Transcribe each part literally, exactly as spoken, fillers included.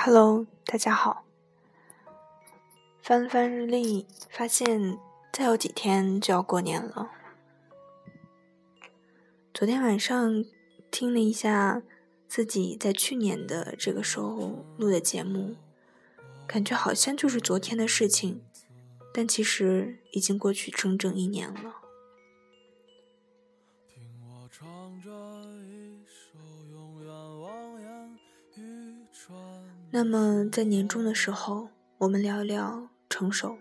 Hello， 大家好。翻了翻日历，发现再有几天就要过年了。昨天晚上听了一下自己在去年的这个时候录的节目，感觉好像就是昨天的事情，但其实已经过去整整一年了。那么在年终的时候，我们聊一聊成熟。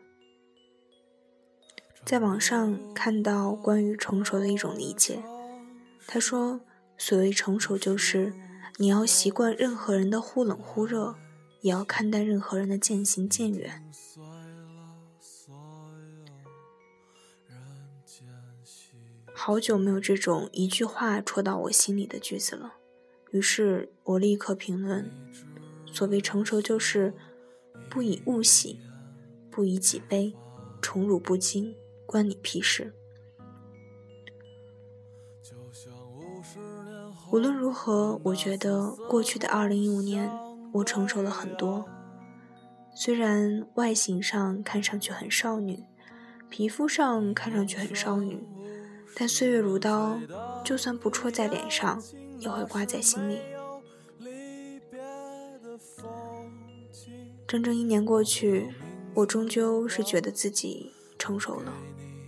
在网上看到关于成熟的一种理解，他说所谓成熟就是你要习惯任何人的忽冷忽热，也要看待任何人的渐行渐远。好久没有这种一句话戳到我心里的句子了，于是我立刻评论，所谓成熟就是不以物喜，不以己悲，宠辱不惊，关你屁事。无论如何，我觉得过去的二零一五年我成熟了很多。虽然外形上看上去很少女，皮肤上看上去很少女，但岁月如刀，就算不戳在脸上，也会挂在心里。整整一年过去，我终究是觉得自己成熟了。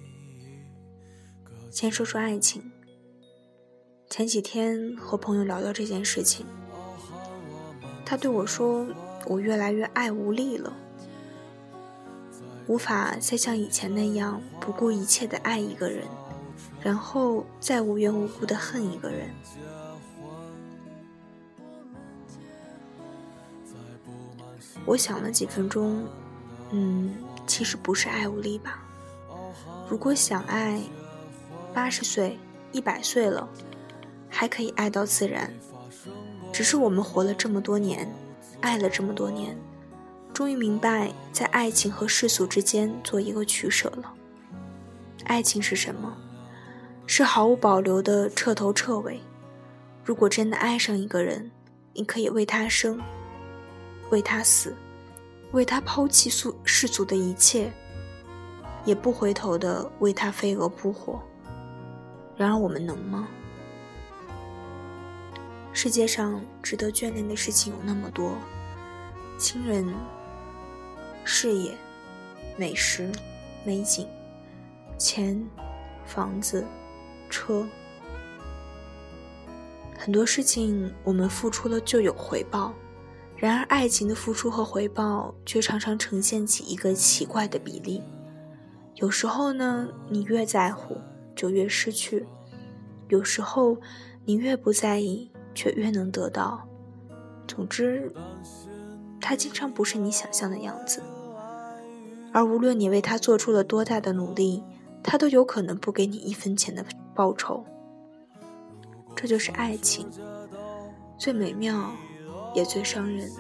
先说说爱情。前几天和朋友聊到这件事情，他对我说，我越来越爱无力了，无法再像以前那样不顾一切的爱一个人，然后再无缘无故的恨一个人。我想了几分钟，嗯，其实不是爱无力吧。如果想爱，八十岁、一百岁了，还可以爱到自然。只是我们活了这么多年，爱了这么多年，终于明白在爱情和世俗之间做一个取舍了。爱情是什么？是毫无保留的彻头彻尾。如果真的爱上一个人，你可以为他生，为他死，为他抛弃世俗的一切，也不回头的为他飞蛾扑火。然而我们能吗？世界上值得眷恋的事情有那么多，亲人、事业、美食、美景、钱、房子、车，很多事情我们付出了就有回报，然而爱情的付出和回报却常常呈现起一个奇怪的比例。有时候呢，你越在乎就越失去，有时候你越不在意却越能得到。总之，它经常不是你想象的样子，而无论你为它做出了多大的努力，它都有可能不给你一分钱的报酬。这就是爱情，最美妙也最伤人。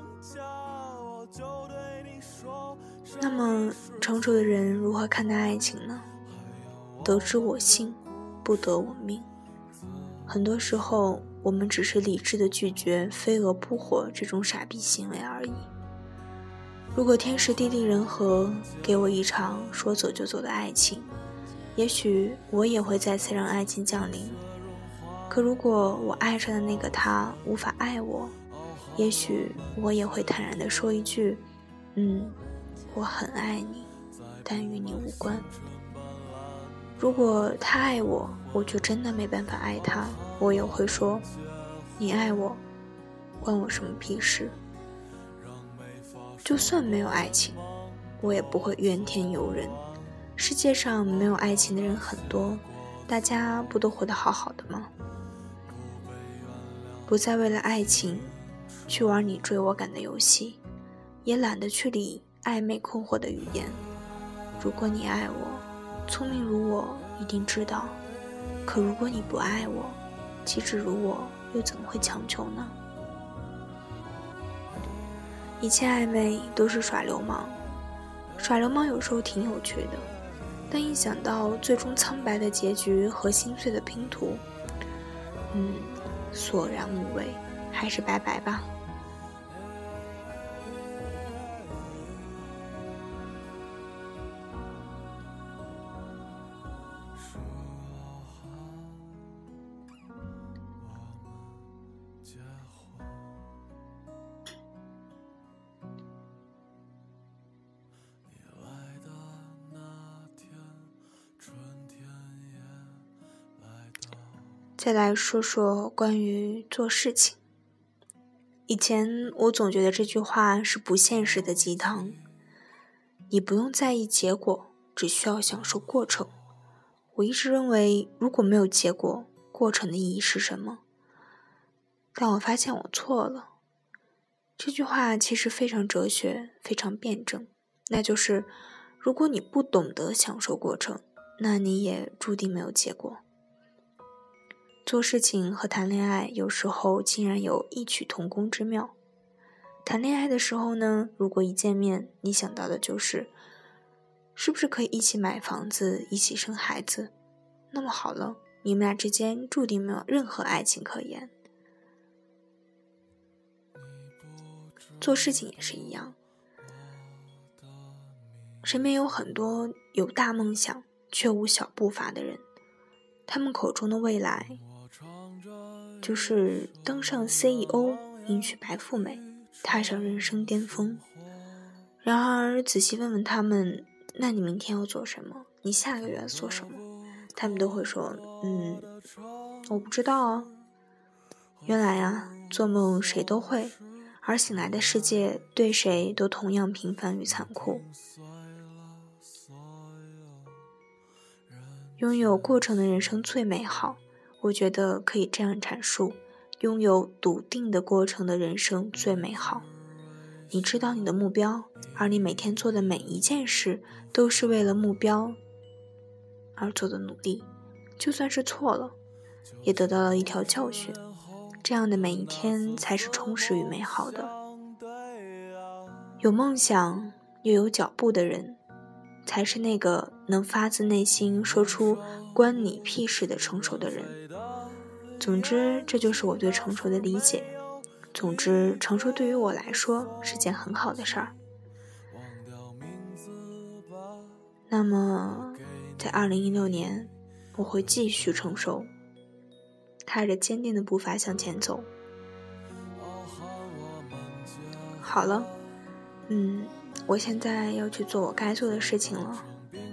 那么成熟的人如何看待爱情呢？得之我幸，不得我命。很多时候我们只是理智的拒绝飞蛾扑火这种傻逼行为而已。如果天时地利人和给我一场说走就走的爱情，也许我也会再次让爱情降临。可如果我爱上的那个他无法爱我，也许我也会坦然地说一句，嗯，我很爱你，但与你无关。如果他爱我，我就真的没办法爱他，我也会说，你爱我，关我什么屁事。就算没有爱情，我也不会怨天尤人。世界上没有爱情的人很多，大家不都活得好好的吗？不再为了爱情去玩你追我赶的游戏，也懒得去理暧昧困惑的语言。如果你爱我，聪明如我一定知道，可如果你不爱我，机智如我又怎么会强求呢？一切暧昧都是耍流氓，耍流氓有时候挺有趣的，但一想到最终苍白的结局和心碎的拼图，嗯，索然无味，还是拜拜吧。 再来说说关于做事情。以前我总觉得这句话是不现实的鸡汤，你不用在意结果，只需要享受过程。我一直认为，如果没有结果，过程的意义是什么？但我发现我错了。这句话其实非常哲学，非常辩证，那就是如果你不懂得享受过程，那你也注定没有结果。做事情和谈恋爱有时候竟然有异曲同工之妙。谈恋爱的时候呢，如果一见面你想到的就是是不是可以一起买房子，一起生孩子，那么好了，你们俩之间注定没有任何爱情可言。做事情也是一样，身边有很多有大梦想却无小步伐的人，他们口中的未来就是登上 C E O， 迎娶白富美，踏上人生巅峰。然而仔细问问他们，那你明天要做什么？你下个月要做什么？他们都会说，嗯，我不知道啊。原来啊，做梦谁都会，而醒来的世界对谁都同样平凡与残酷。拥有过程的人生最美好，我觉得可以这样阐述，拥有笃定的过程的人生最美好。你知道你的目标，而你每天做的每一件事都是为了目标而做的努力，就算是错了，也得到了一条教训，这样的每一天才是充实与美好的。有梦想又有脚步的人，才是那个能发自内心说出关你屁事的成熟的人。总之，这就是我对成熟的理解。总之，成熟对于我来说是件很好的事儿。那么，在二零一六年，我会继续成熟，踏着坚定的步伐向前走。好了，嗯，我现在要去做我该做的事情了。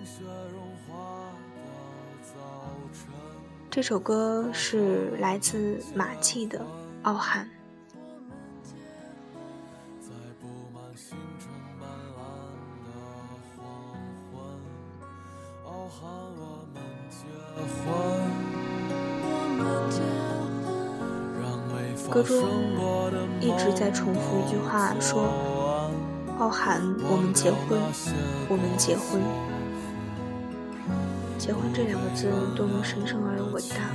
这首歌是来自马季的《傲寒》。歌中一直在重复一句话，说傲寒，我们结婚，我们结婚。结婚这两个字多么神圣而又伟大，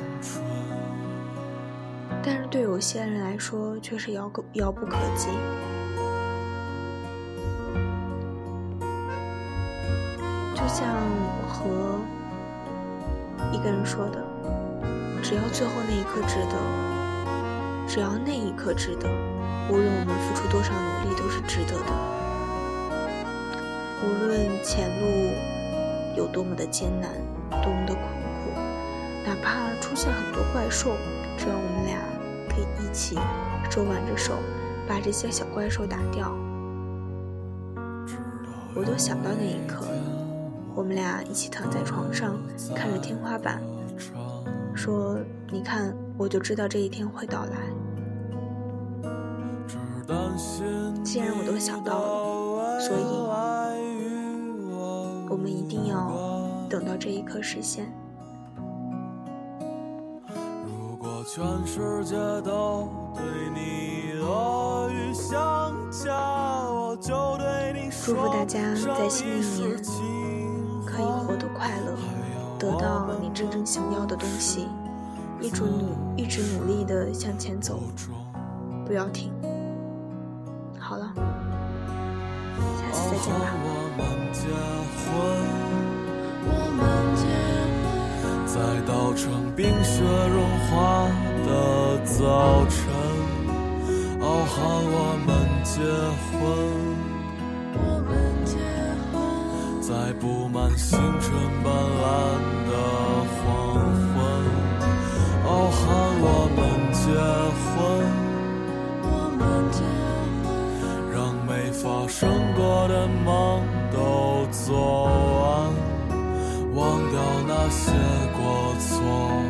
但是对有些人来说却是遥遥不可及。就像我和一个人说的，只要最后那一刻值得，只要那一刻值得，无论我们付出多少努力都是值得的。无论前路有多么的艰难，多么的苦苦，哪怕出现很多怪兽，只要我们俩可以一起手挽着手把这些小怪兽打掉。我都想到那一刻了，我们俩一起躺在床上看着天花板，说你看，我就知道这一天会到来。既然我都想到了，所以我们一定要等到这一刻实现。如果全世界都对你恶语相加，我就对你说，祝福大家在新的一年可以活得快乐，得到你真正想要的东西，一直努一直努力地向前走，不要停。好了，下次再见吧。在稻城冰雪融化的早晨，傲寒我们结婚。在布满星辰斑斓的黄昏，傲寒我们结婚。让没发生过的梦都做完，忘掉那些过错。